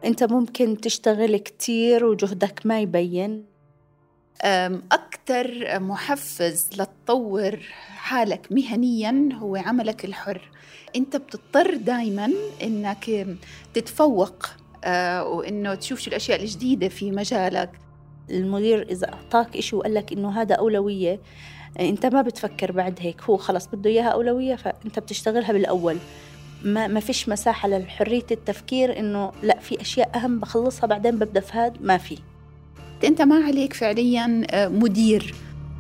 أنت ممكن تشتغل كتير وجهدك ما يبين. أكتر محفز لتطور حالك مهنياً هو عملك الحر. أنت بتضطر دايماً أنك تتفوق وأنه تشوف شو الأشياء الجديدة في مجالك. المدير إذا أعطاك إشي وقال لك إنه هذا أولوية، أنت ما بتفكر بعد هيك، هو خلص بده إياها أولوية فأنت بتشتغلها بالأول. ما فيش مساحة للحرية التفكير إنه لا في أشياء أهم بخلصها بعدين ببدأ في هذا، ما في. أنت ما عليك فعلياً مدير.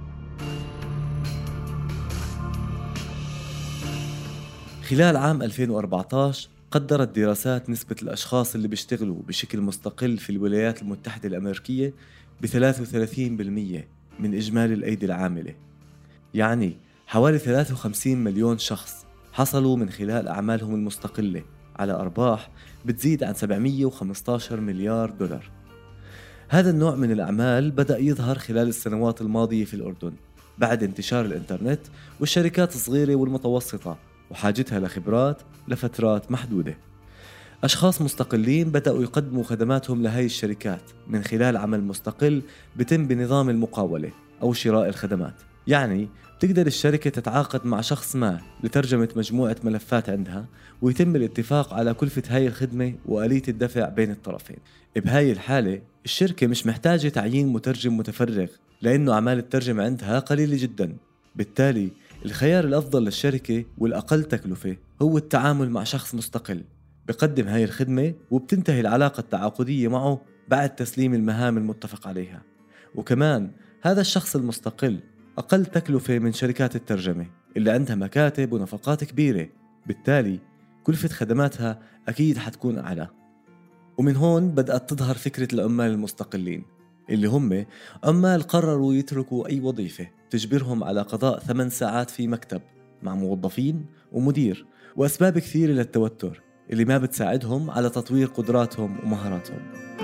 خلال عام 2014 قدرت دراسات نسبة الأشخاص اللي بيشتغلوا بشكل مستقل في الولايات المتحدة الأمريكية ب33% من إجمالي الأيدي العاملة. يعني حوالي 53 مليون شخص حصلوا من خلال أعمالهم المستقلة على أرباح بتزيد عن 715 مليار دولار. هذا النوع من الأعمال بدأ يظهر خلال السنوات الماضية في الأردن بعد انتشار الإنترنت والشركات الصغيرة والمتوسطة وحاجتها لخبرات لفترات محدودة. أشخاص مستقلين بدأوا يقدموا خدماتهم لهاي الشركات من خلال عمل مستقل بتم بنظام المقاولة أو شراء الخدمات. يعني بتقدر الشركة تتعاقد مع شخص ما لترجمة مجموعة ملفات عندها، ويتم الاتفاق على كلفة هاي الخدمة وآلية الدفع بين الطرفين. بهاي الحالة الشركة مش محتاجة تعيين مترجم متفرغ لأنه أعمال الترجمة عندها قليلة جدا. بالتالي الخيار الأفضل للشركة والأقل تكلفة هو التعامل مع شخص مستقل بقدم هاي الخدمة، وبتنتهي العلاقة التعاقدية معه بعد تسليم المهام المتفق عليها. وكمان هذا الشخص المستقل أقل تكلفة من شركات الترجمة اللي عندها مكاتب ونفقات كبيرة، بالتالي كلفة خدماتها أكيد حتكون أعلى. ومن هون بدأت تظهر فكرة العمال المستقلين اللي هم عمال قرروا يتركوا أي وظيفة تجبرهم على قضاء 8 ساعات في مكتب مع موظفين ومدير وأسباب كثيرة للتوتر اللي ما بتساعدهم على تطوير قدراتهم ومهاراتهم.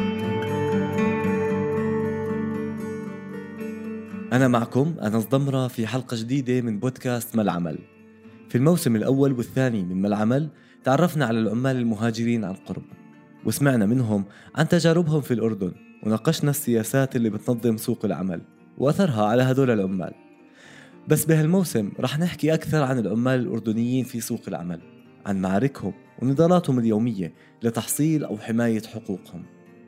أنا معكم أنس ضمرة في حلقة جديدة من بودكاست ما العمل. في الموسم الأول والثاني من ما العمل تعرفنا على العمال المهاجرين عن قرب وسمعنا منهم عن تجاربهم في الأردن، وناقشنا السياسات اللي بتنظم سوق العمل وأثرها على هدول العمال. بس بهالموسم رح نحكي أكثر عن العمال الأردنيين في سوق العمل، عن معاركهم ونضالاتهم اليومية لتحصيل أو حماية حقوقهم.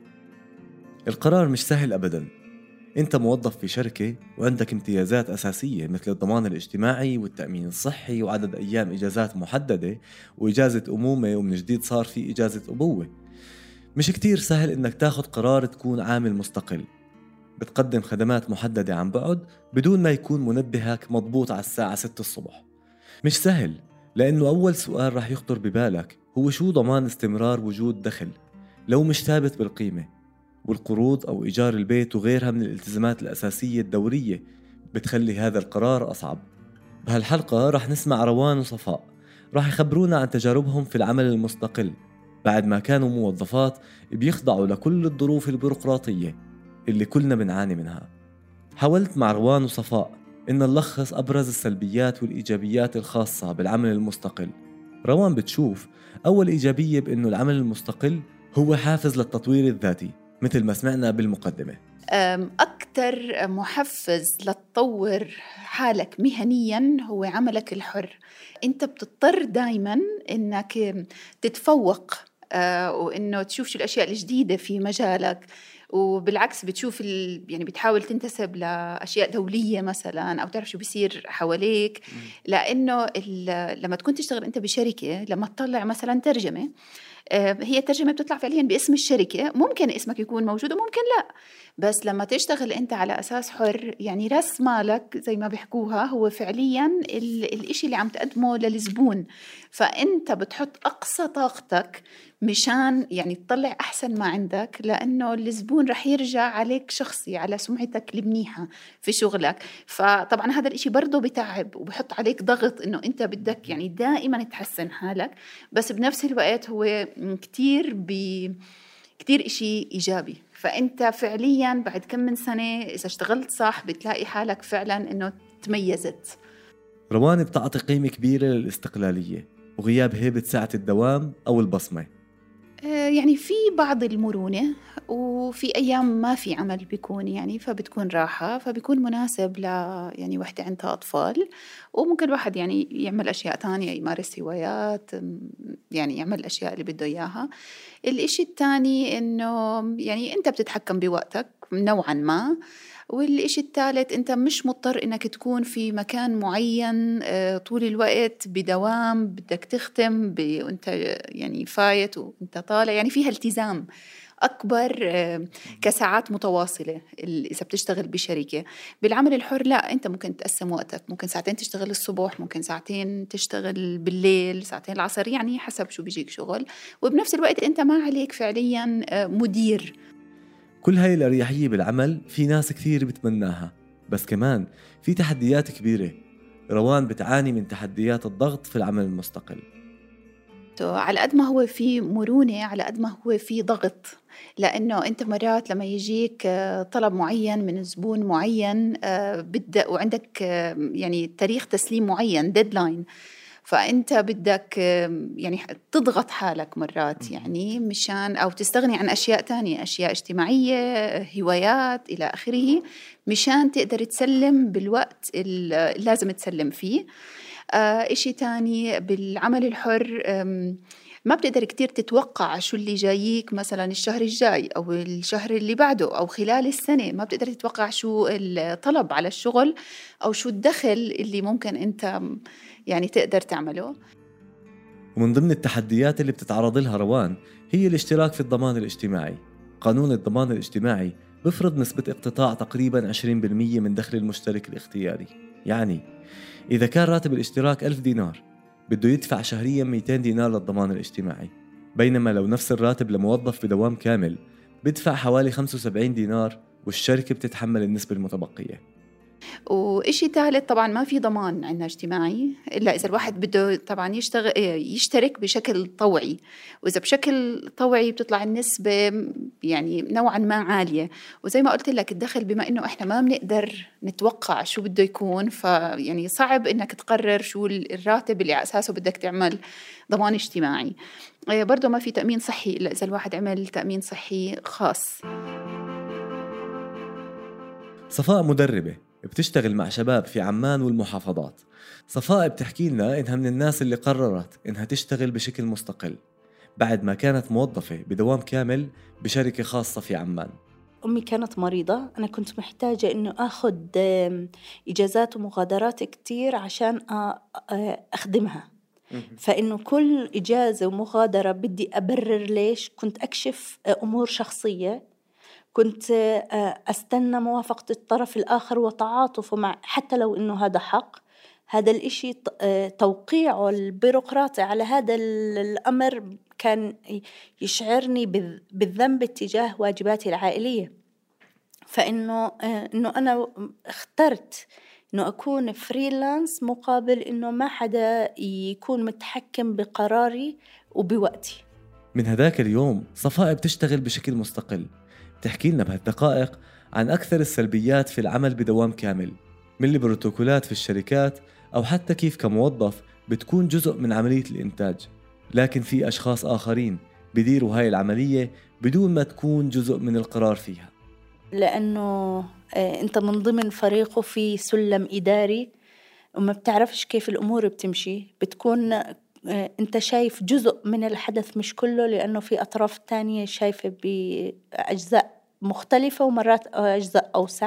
القرار مش سهل أبداً. أنت موظف في شركة وعندك امتيازات أساسية مثل الضمان الاجتماعي والتأمين الصحي وعدد أيام إجازات محددة وإجازة أمومة، ومن جديد صار في إجازة أبوة. مش كتير سهل إنك تاخد قرار تكون عامل مستقل بتقدم خدمات محددة عن بعد بدون ما يكون منبهك مضبوط على الساعة 6 الصبح. مش سهل لأنه أول سؤال رح يخطر ببالك هو شو ضمان استمرار وجود دخل لو مش ثابت بالقيمة، والقروض أو إيجار البيت وغيرها من الالتزامات الأساسية الدورية بتخلي هذا القرار أصعب. بهالحلقة رح نسمع روان وصفاء رح يخبرونا عن تجاربهم في العمل المستقل بعد ما كانوا موظفات بيخضعوا لكل الظروف البيروقراطية اللي كلنا بنعاني منها. حاولت مع روان وصفاء إن نلخص أبرز السلبيات والإيجابيات الخاصة بالعمل المستقل. روان بتشوف أول إيجابية بأنه العمل المستقل هو حافز للتطوير الذاتي مثل ما سمعنا بالمقدمة. أكتر محفز لتطور حالك مهنياً هو عملك الحر. أنت بتضطر دايماً أنك تتفوق وأنه تشوف شو الأشياء الجديدة في مجالك، وبالعكس بتشوف يعني بتحاول تنتسب لأشياء دولية مثلا أو تعرف شو بيصير حواليك. لأنه لما تكون تشتغل أنت بشركة، لما تطلع مثلا ترجمة، هي الترجمة بتطلع فعليا باسم الشركة، ممكن اسمك يكون موجود وممكن لا، بس لما تشتغل أنت على أساس حر يعني رأس مالك زي ما بيحكوها هو فعليا الإشي اللي عم تقدمه للزبون. فأنت بتحط أقصى طاقتك مشان يعني تطلع أحسن ما عندك، لأنه الزبون رح يرجع عليك شخصي على سمعتك المنيحة في شغلك. فطبعا هذا الإشي برضو بتعب وبحط عليك ضغط إنه أنت بدك يعني دائما تحسن حالك، بس بنفس الوقت هو كتير إشي إيجابي. فأنت فعليا بعد كم من سنة إذا اشتغلت صح بتلاقي حالك فعلا إنه تميزت. روان بتعطي قيمة كبيرة للاستقلالية وغياب هيبة ساعة الدوام أو البصمة. يعني في بعض المرونة، وفي أيام ما في عمل بيكون يعني فبتكون راحة، فبيكون مناسب يعني وحدة عندها أطفال، وممكن الواحد يعني يعمل أشياء تانية، يمارس هوايات، يعني يعمل الأشياء اللي بده إياها. الإشي الثاني إنه يعني أنت بتتحكم بوقتك نوعا ما. والإشي الثالث أنت مش مضطر إنك تكون في مكان معين طول الوقت بدوام بدك تختم وأنت يعني فايت وأنت طالع، يعني فيها التزام أكبر كساعات متواصلة إذا بتشتغل بشركة. بالعمل الحر لا، أنت ممكن تقسم وقتك، ممكن ساعتين تشتغل الصبح، ممكن ساعتين تشتغل بالليل، ساعتين العصر، يعني حسب شو بيجيك شغل، وبنفس الوقت أنت ما عليك فعليا مدير. كل هاي الأريحية بالعمل في ناس كثير بتمناها، بس كمان في تحديات كبيرة. روان بتعاني من تحديات الضغط في العمل المستقل. على قد ما هو في مرونة على قد ما هو في ضغط، لأنه أنت مرات لما يجيك طلب معين من زبون معين بدأ وعندك يعني تاريخ تسليم معين ديدلاين، فأنت بدك يعني تضغط حالك مرات يعني مشان أو تستغني عن أشياء تانية، أشياء اجتماعية، هوايات إلى آخره، مشان تقدر تسلم بالوقت اللي لازم تسلم فيه. إشي تاني بالعمل الحر ما بتقدر كتير تتوقع شو اللي جاييك مثلا الشهر الجاي أو الشهر اللي بعده أو خلال السنة، ما بتقدر تتوقع شو الطلب على الشغل أو شو الدخل اللي ممكن أنت يعني تقدر تعمله. ومن ضمن التحديات اللي بتتعرض لها روان هي الاشتراك في الضمان الاجتماعي. قانون الضمان الاجتماعي بفرض نسبة اقتطاع تقريبا 20% من دخل المشترك الاختياري. يعني إذا كان راتب الاشتراك 1000 دينار بده يدفع شهريا 200 دينار للضمان الاجتماعي، بينما لو نفس الراتب لموظف بدوام كامل بدفع حوالي 75 دينار والشركة بتتحمل النسبة المتبقية. وإشي ثالث طبعا ما في ضمان عندنا اجتماعي إلا إذا الواحد بده طبعا يشترك بشكل طوعي، وإذا بشكل طوعي بتطلع النسبة يعني نوعا ما عالية. وزي ما قلت لك الدخل بما إنه إحنا ما بنقدر نتوقع شو بده يكون، فيعني صعب إنك تقرر شو الراتب اللي على أساسه بدك تعمل ضمان اجتماعي. برضو ما في تأمين صحي إلا إذا الواحد عمل تأمين صحي خاص. صفاء مدربة بتشتغل مع شباب في عمان والمحافظات. صفاء بتحكي لنا إنها من الناس اللي قررت إنها تشتغل بشكل مستقل بعد ما كانت موظفة بدوام كامل بشركة خاصة في عمان. أمي كانت مريضة، أنا كنت محتاجة إنه أخذ إجازات ومغادرات كتير عشان أخدمها. فإنه كل إجازة ومغادرة بدي أبرر ليش، كنت أكشف أمور شخصية، كنت أستنى موافقة الطرف الآخر وتعاطفه مع، حتى لو إنه هذا حق. هذا الإشي توقيعه البيروقراطي على هذا الأمر كان يشعرني بالذنب اتجاه واجباتي العائلية. فإنه أنا اخترت إنه أكون فريلانس مقابل إنه ما حدا يكون متحكم بقراري وبوقتي. من هذاك اليوم صفاء بتشتغل بشكل مستقل. تحكي لنا بهالدقائق عن أكثر السلبيات في العمل بدوام كامل، من البروتوكولات في الشركات أو حتى كيف كموظف بتكون جزء من عملية الإنتاج، لكن في أشخاص آخرين بيديروا هاي العملية بدون ما تكون جزء من القرار فيها. لأنه أنت من ضمن فريقه في سلم إداري وما بتعرفش كيف الأمور بتمشي، بتكون أنت شايف جزء من الحدث مش كله، لأنه في أطراف تانية شايفة بأجزاء مختلفة ومرات أجزاء أوسع.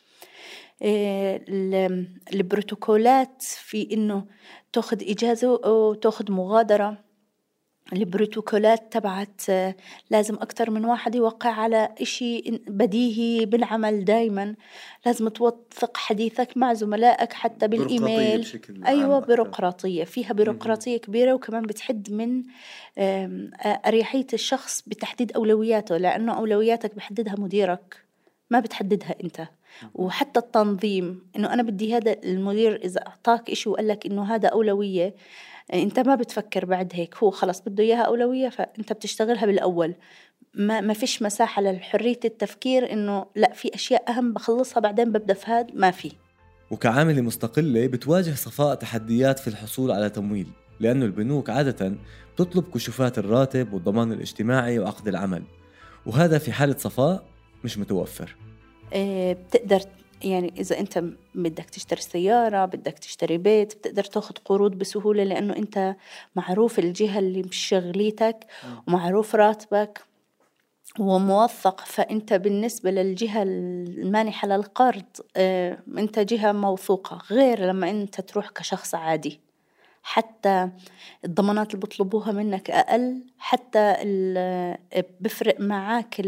البروتوكولات في إنه تأخذ إجازة أو تأخذ مغادرة، البروتوكولات تبعت لازم أكتر من واحد يوقع على إشي بديهي بالعمل. دايما لازم توثق حديثك مع زملائك حتى بالإيميل. أيوة، بيروقراطية، فيها بيروقراطية كبيرة، وكمان بتحد من أريحية الشخص بتحديد أولوياته، لأنه أولوياتك بحددها مديرك ما بتحددها أنت. وحتى التنظيم، إنه أنا بدي هذا المدير إذا أعطاك إشي وقال لك إنه هذا أولوية، أنت ما بتفكر بعد هيك، هو خلص بده إياها أولوية فأنت بتشتغلها بالأول. ما فيش مساحة للحرية التفكير إنه لا في أشياء أهم بخلصها بعدين ببدأ في هذا، ما في. وكعاملة مستقلة بتواجه صفاء تحديات في الحصول على تمويل. لأنه البنوك عادة بتطلب كشوفات الراتب والضمان الاجتماعي وعقد العمل، وهذا في حالة صفاء مش متوفر. بتقدر يعني إذا أنت بدك تشتري سيارة، بدك تشتري بيت، بتقدر تاخد قروض بسهولة، لأنه أنت معروف الجهة اللي بشغليتك ومعروف راتبك وموثق. فأنت بالنسبة للجهة المانحة للقرض أنت جهة موثوقة، غير لما أنت تروح كشخص عادي. حتى الضمانات اللي بيطلبوها منك أقل، حتى بفرق معاك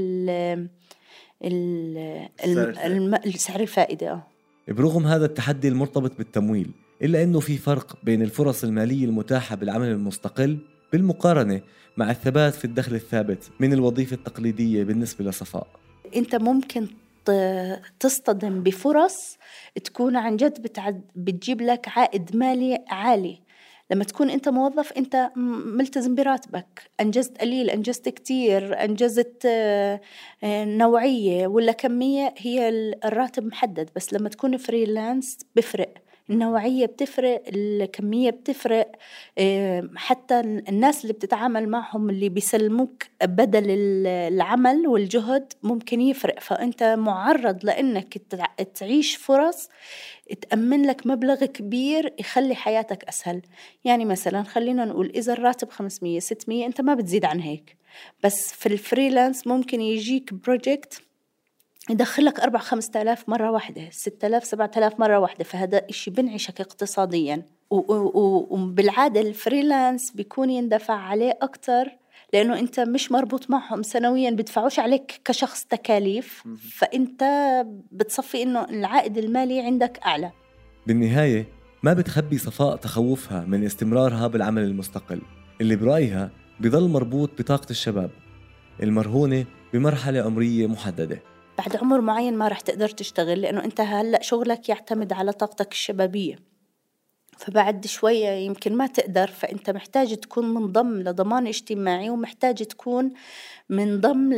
السعر الفائدة. برغم هذا التحدي المرتبط بالتمويل، إلا أنه في فرق بين الفرص المالية المتاحة بالعمل المستقل بالمقارنة مع الثبات في الدخل الثابت من الوظيفة التقليدية. بالنسبة لصفاء، أنت ممكن تصطدم بفرص تكون عن جد بتجيب لك عائد مالي عالي. لما تكون أنت موظف أنت ملتزم براتبك، أنجزت قليل، أنجزت كتير، أنجزت نوعية ولا كمية، هي الراتب محدد. بس لما تكون فريلانس بفرق، النوعية بتفرق، الكمية بتفرق، حتى الناس اللي بتتعامل معهم اللي بيسلموك بدل العمل والجهد ممكن يفرق. فأنت معرض لأنك تعيش فرص تأمن لك مبلغ كبير يخلي حياتك أسهل. يعني مثلا خلينا نقول إذا الراتب 500-600 أنت ما بتزيد عن هيك، بس في الفريلانس ممكن يجيك بروجكت يدخلك 4-5,000 مرة واحدة، 6,000-7,000 مرة واحدة. فهذا إشي بنعيشك اقتصاديا. وبالعادة الفريلانس بيكون يندفع عليه أكتر، لأنه أنت مش مربوط معهم سنويا، بدفعوش عليك كشخص تكاليف، فأنت بتصفي إنه العائد المالي عندك أعلى. بالنهاية ما بتخبي صفاء تخوفها من استمرارها بالعمل المستقل، اللي برأيها بيظل مربوط بطاقة الشباب المرهونة بمرحلة عمرية محددة. بعد عمر معين ما رح تقدر تشتغل، لأنه أنت هلأ شغلك يعتمد على طاقتك الشبابية، فبعد شوية يمكن ما تقدر. فأنت محتاج تكون منضم لضمان اجتماعي، ومحتاج تكون منضم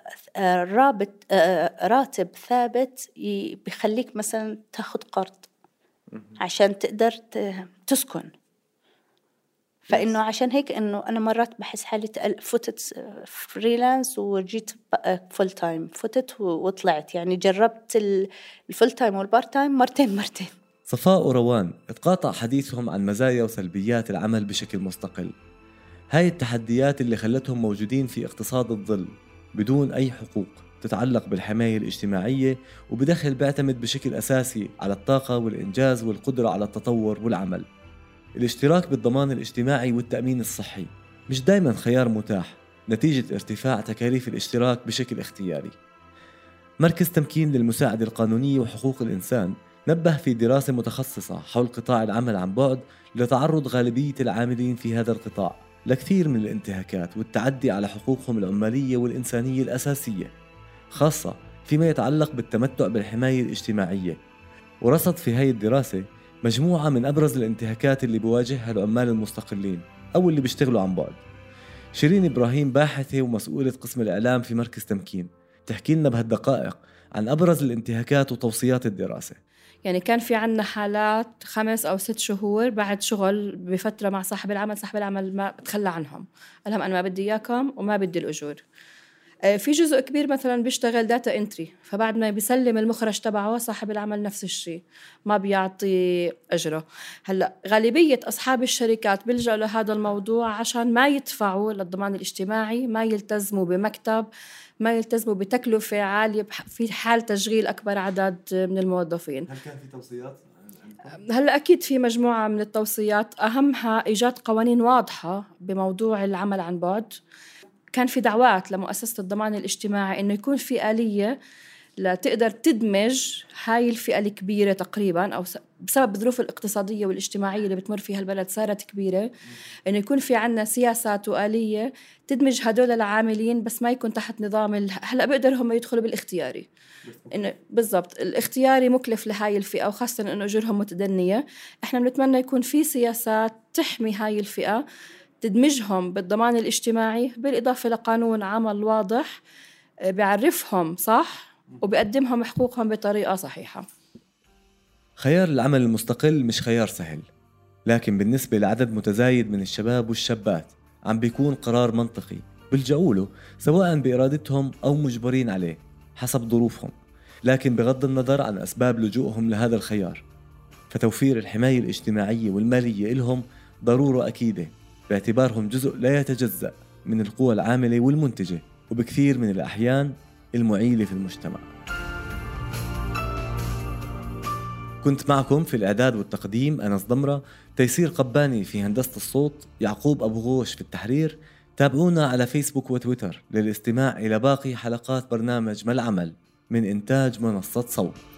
راتب ثابت بيخليك مثلا تاخد قرض عشان تقدر تسكن. فإنه عشان هيك إنه أنا مرات بحس حالي فتت فريلانس ورجيت فول تايم، فتت وطلعت. يعني جربت الفول تايم والبارت تايم مرتين. صفاء وروان اتقاطع حديثهم عن مزايا وسلبيات العمل بشكل مستقل. هاي التحديات اللي خلتهم موجودين في اقتصاد الظل بدون أي حقوق تتعلق بالحماية الاجتماعية، وبدخل بيعتمد بشكل أساسي على الطاقة والإنجاز والقدرة على التطور والعمل. الاشتراك بالضمان الاجتماعي والتأمين الصحي مش دايما خيار متاح نتيجة ارتفاع تكاليف الاشتراك بشكل اختياري. مركز تمكين للمساعدة القانونية وحقوق الإنسان نبه في دراسة متخصصة حول قطاع العمل عن بعد لتعرض غالبية العاملين في هذا القطاع لكثير من الانتهاكات والتعدي على حقوقهم العمالية والإنسانية الأساسية، خاصة فيما يتعلق بالتمتع بالحماية الاجتماعية. ورصد في هاي الدراسة مجموعة من أبرز الانتهاكات اللي بواجهها العمال المستقلين أو اللي بيشتغلوا عن بعد. شيرين إبراهيم باحثة ومسؤولة قسم الإعلام في مركز تمكين تحكي لنا بهالدقائق عن أبرز الانتهاكات وتوصيات الدراسة. يعني كان في عنا حالات 5 أو 6 شهور بعد شغل بفترة مع صاحب العمل ما تخلى عنهم، قال لهم أنا ما بدي إياكم وما بدي الأجور. في جزء كبير مثلا بيشتغل داتا انتري، فبعد ما بيسلم المخرج تبعه صاحب العمل نفس الشيء ما بيعطي أجره. هلأ غالبية أصحاب الشركات بيلجأوا لهذا الموضوع عشان ما يدفعوا للضمان الاجتماعي، ما يلتزموا بمكتب، ما يلتزموا بتكلفة عالية في حال تشغيل أكبر عدد من الموظفين. هل كان في توصيات؟ هلأ أكيد في مجموعة من التوصيات، أهمها إيجاد قوانين واضحة بموضوع العمل عن بعد. كان في دعوات لمؤسسة الضمان الاجتماعي إنه يكون في آلية لتقدر تدمج هاي الفئة الكبيرة تقريباً، أو بسبب الظروف الاقتصادية والاجتماعية اللي بتمر فيها البلد صارت كبيرة، إنه يكون في عنا سياسات وآلية تدمج هدول العاملين، بس ما يكون تحت نظام هلأ بقدر هم يدخلوا بالاختياري. إنه بالضبط الاختياري مكلف لهاي الفئة، وخاصة إنه أجورهم متدنية. إحنا بنتمنى يكون في سياسات تحمي هاي الفئة، تدمجهم بالضمان الاجتماعي، بالإضافة لقانون عمل واضح بيعرفهم صح وبيقدمهم حقوقهم بطريقة صحيحة. خيار العمل المستقل مش خيار سهل، لكن بالنسبة لعدد متزايد من الشباب والشابات عم بيكون قرار منطقي بيلجأوا له سواء بإرادتهم أو مجبرين عليه حسب ظروفهم، لكن بغض النظر عن أسباب لجوءهم لهذا الخيار، فتوفير الحماية الاجتماعية والمالية لهم ضرورة أكيدة، باعتبارهم جزء لا يتجزأ من القوى العاملة والمنتجة، وبكثير من الأحيان المعيلة في المجتمع. كنت معكم في الإعداد والتقديم أنس ضمرة، تيسير قباني في هندسة الصوت، يعقوب أبو غوش في التحرير. تابعونا على فيسبوك وتويتر للاستماع إلى باقي حلقات برنامج ما العمل من إنتاج منصة صوت.